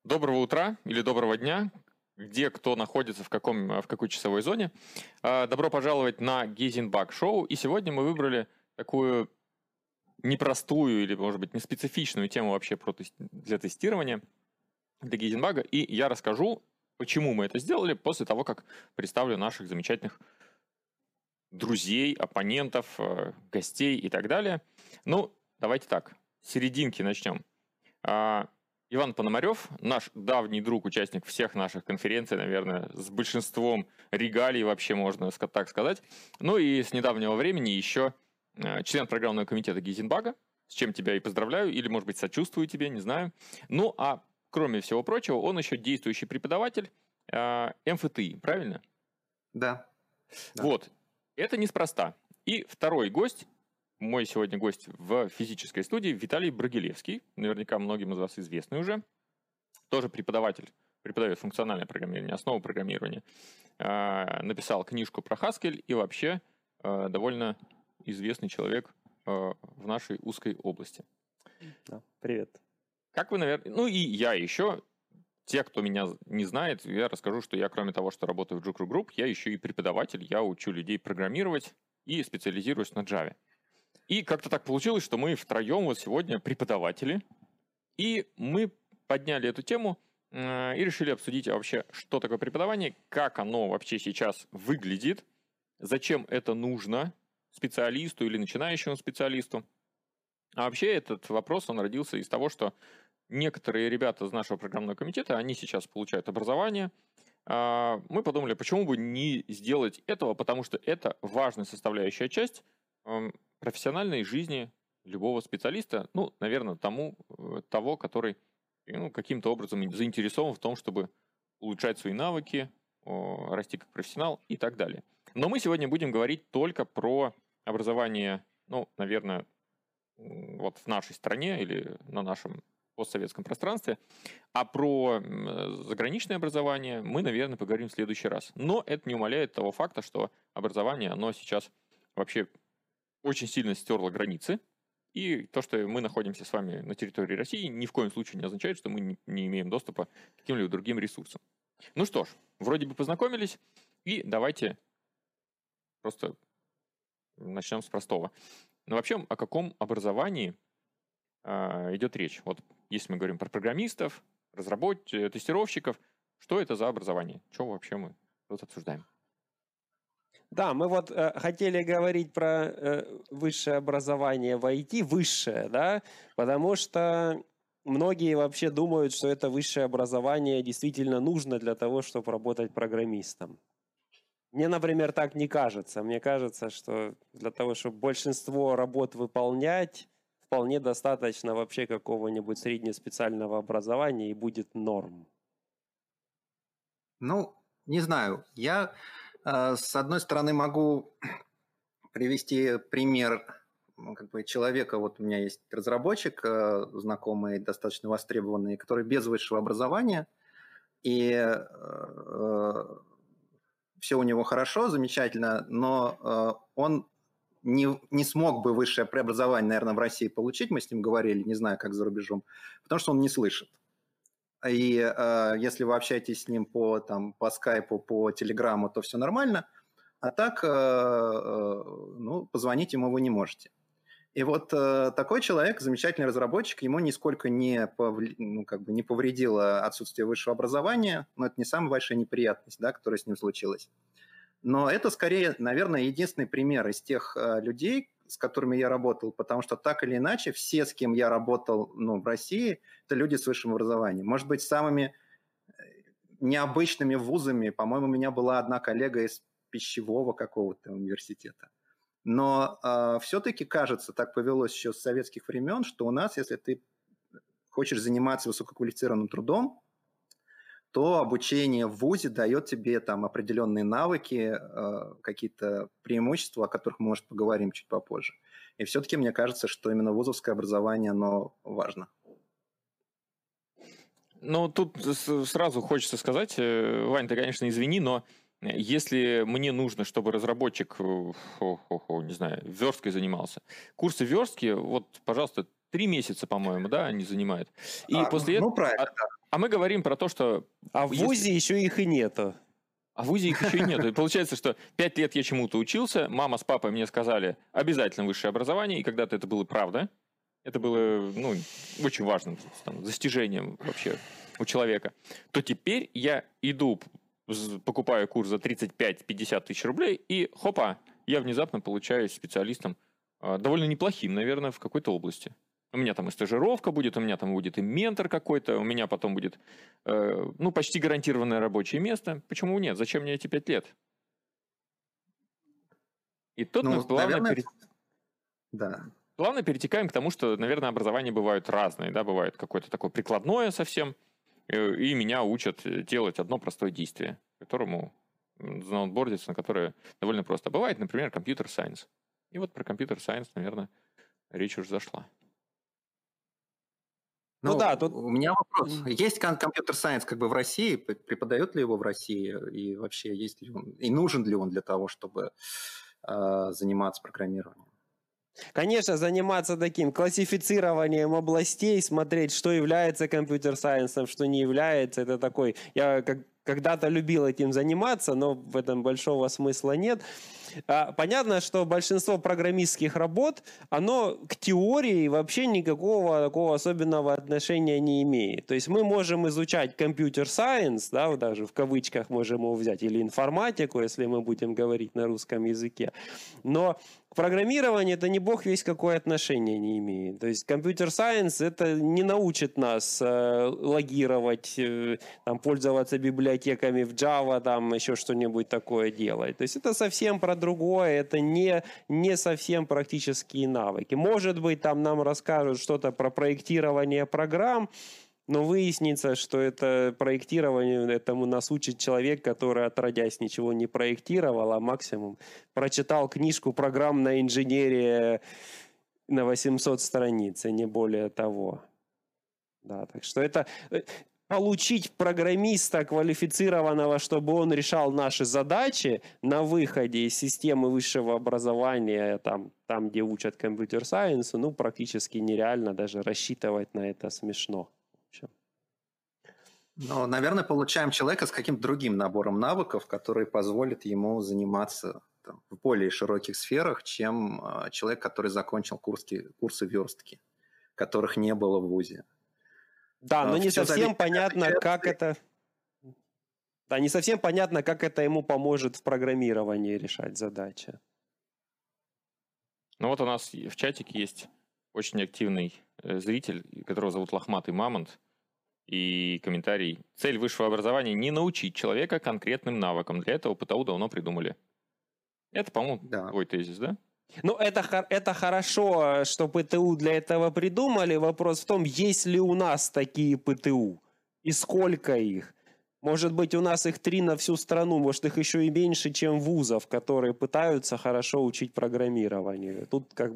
Доброго утра или доброго дня, где кто находится, в какой часовой зоне. Добро пожаловать на Гейзенбаг шоу. И сегодня мы выбрали такую непростую или, может быть, неспецифичную тему вообще для тестирования для Гейзенбага. И я расскажу, почему мы это сделали после того, как представлю наших замечательных друзей, оппонентов, гостей и так далее. Ну, давайте так, с серединки начнем. Иван Пономарев, наш давний друг, участник всех наших конференций, наверное, с большинством регалий вообще можно так сказать. Ну и с недавнего времени еще член программного комитета Гейзенбага, с чем тебя и поздравляю, или, может быть, сочувствую тебе, не знаю. Ну а кроме всего прочего, он еще действующий преподаватель МФТИ, правильно? Да. Вот, это неспроста. И второй гость, мой сегодня гость в физической студии, Виталий Брагилевский, наверняка многим из вас известный уже, тоже преподаватель, преподает функциональное программирование, основу программирования, написал книжку про Haskell и вообще довольно известный человек в нашей узкой области. Да, привет. Как вы, наверное, ну и я еще, те, кто меня не знает, я расскажу, что я, кроме того, что работаю в Jucru Group, я еще и преподаватель, я учу людей программировать и специализируюсь на Java. И как-то так получилось, что мы втроем вот сегодня преподаватели, и мы подняли эту тему и решили обсудить вообще, что такое преподавание, как оно вообще сейчас выглядит, зачем это нужно специалисту или начинающему специалисту. А вообще этот вопрос, он родился из того, что некоторые ребята из нашего программного комитета, они сейчас получают образование. Мы подумали, почему бы не сделать этого, потому что это важная составляющая часть профессиональной жизни любого специалиста, ну, наверное, того, который каким-то образом заинтересован в том, чтобы улучшать свои навыки, расти как профессионал и так далее. Но мы сегодня будем говорить только про образование, ну, наверное, вот в нашей стране или на нашем постсоветском пространстве, а про заграничное образование мы, наверное, поговорим в следующий раз. Но это не умаляет того факта, что образование, оно сейчас вообще очень сильно стерло границы, и то, что мы находимся с вами на территории России, ни в коем случае не означает, что мы не имеем доступа к каким-либо другим ресурсам. Ну что ж, вроде бы познакомились, и давайте просто начнем с простого. Но вообще, о каком образовании идет речь? Вот если мы говорим про программистов, разработчиков, тестировщиков, что это за образование? Что вообще мы тут обсуждаем? Да, мы вот хотели говорить про высшее образование в IT, высшее, да, потому что многие вообще думают, что это высшее образование действительно нужно для того, чтобы работать программистом. Мне, например, так не кажется. Мне кажется, что для того, чтобы большинство работ выполнять, вполне достаточно вообще какого-нибудь среднеспециального образования и будет норм. Ну, не знаю. Я, с одной стороны, могу привести пример человека. Вот у меня есть разработчик, знакомый, достаточно востребованный, который без высшего образования, и все у него хорошо, замечательно, но он не смог бы высшее преобразование, наверное, в России получить, мы с ним говорили, не знаю, как за рубежом, потому что он не слышит. И если вы общаетесь с ним по скайпу, по телеграмму, то все нормально, а так позвонить ему вы не можете. И вот такой человек, замечательный разработчик, ему нисколько не повредило отсутствие высшего образования, но это не самая большая неприятность, да, которая с ним случилась. Но это скорее, наверное, единственный пример из тех людей, с которыми я работал, потому что так или иначе все, с кем я работал в России, это люди с высшим образованием. Может быть, самыми необычными вузами, по-моему, у меня была одна коллега из пищевого какого-то университета. Но все-таки, кажется, так повелось еще с советских времен, что у нас, если ты хочешь заниматься высококвалифицированным трудом, то обучение в вузе дает тебе определенные навыки, какие-то преимущества, о которых мы, может, поговорим чуть попозже. И все-таки мне кажется, что именно вузовское образование, оно важно. Ну, тут сразу хочется сказать, Вань, ты, конечно, извини, но если мне нужно, чтобы разработчик, не знаю, версткой занимался, курсы верстки, вот, пожалуйста, 3 месяца, по-моему, да, они занимают. И после этого... правильно, да. А мы говорим про то, что... А в ВУЗе еще их и нету. А в ВУЗе их еще и нет. И получается, что 5 лет я чему-то учился, мама с папой мне сказали, обязательно высшее образование, и когда-то это было правда. Это было, ну, очень важным там, достижением вообще у человека. То теперь я иду, покупаю курс за 35-50 тысяч рублей, и хопа, я внезапно получаюсь специалистом довольно неплохим, наверное, в какой-то области. У меня там и стажировка будет, у меня там будет и ментор какой-то, у меня потом будет, ну, почти гарантированное рабочее место. Почему нет? Зачем мне эти 5 лет? И тут мы плавно перетекаем к тому, что, наверное, образования бывают разные, да, бывает какое-то такое прикладное совсем, и меня учат делать одно простое действие, которому заонбордиться, на которое довольно просто. Бывает, например, компьютер-сайенс. И вот про компьютер-сайенс, наверное, речь уже зашла. Ну да, тут у меня вопрос. Есть компьютер-сайенс как бы в России? Преподают ли его в России? И вообще есть ли он? И нужен ли он для того, чтобы заниматься программированием? Конечно, заниматься таким классифицированием областей, смотреть, что является компьютер-сайенсом, что не является. Это такой... Я когда-то любил этим заниматься, но в этом большого смысла нет. Понятно, что большинство программистских работ, оно к теории вообще никакого такого особенного отношения не имеет. То есть мы можем изучать компьютер-сайенс, да, вот даже в кавычках можем его взять, или информатику, если мы будем говорить на русском языке. Но к программированию это не бог весть какое отношение не имеет. То есть компьютер-сайенс это не научит нас логировать, там, пользоваться библиотеками в Java, там еще что-нибудь такое делать. То есть это совсем про другое, это не совсем практические навыки. Может быть, там нам расскажут что-то про проектирование программ, но выяснится, что это проектирование, этому нас учит человек, который отродясь ничего не проектировал, а максимум прочитал книжку «Программная инженерия» на 800 страниц, и не более того. Да, так что это... Получить программиста квалифицированного, чтобы он решал наши задачи на выходе из системы высшего образования, там где учат компьютер-сайенсу, ну, практически нереально, даже рассчитывать на это смешно. Ну, наверное, получаем человека с каким-то другим набором навыков, который позволит ему заниматься там, в более широких сферах, чем человек, который закончил курсы верстки, которых не было в ВУЗе. Да, но не совсем понятно, как это... Да, не совсем понятно, как это ему поможет в программировании решать задачи. Ну вот у нас в чатике есть очень активный зритель, которого зовут Лохматый Мамонт, и комментарий. Цель высшего образования – не научить человека конкретным навыкам. Для этого ПТУ давно придумали. Это, по-моему, твой тезис, да? Ну, это хорошо, что ПТУ для этого придумали. Вопрос в том, есть ли у нас такие ПТУ и сколько их. Может быть, у нас их 3 на всю страну, может, их еще и меньше, чем вузов, которые пытаются хорошо учить программированию. Тут как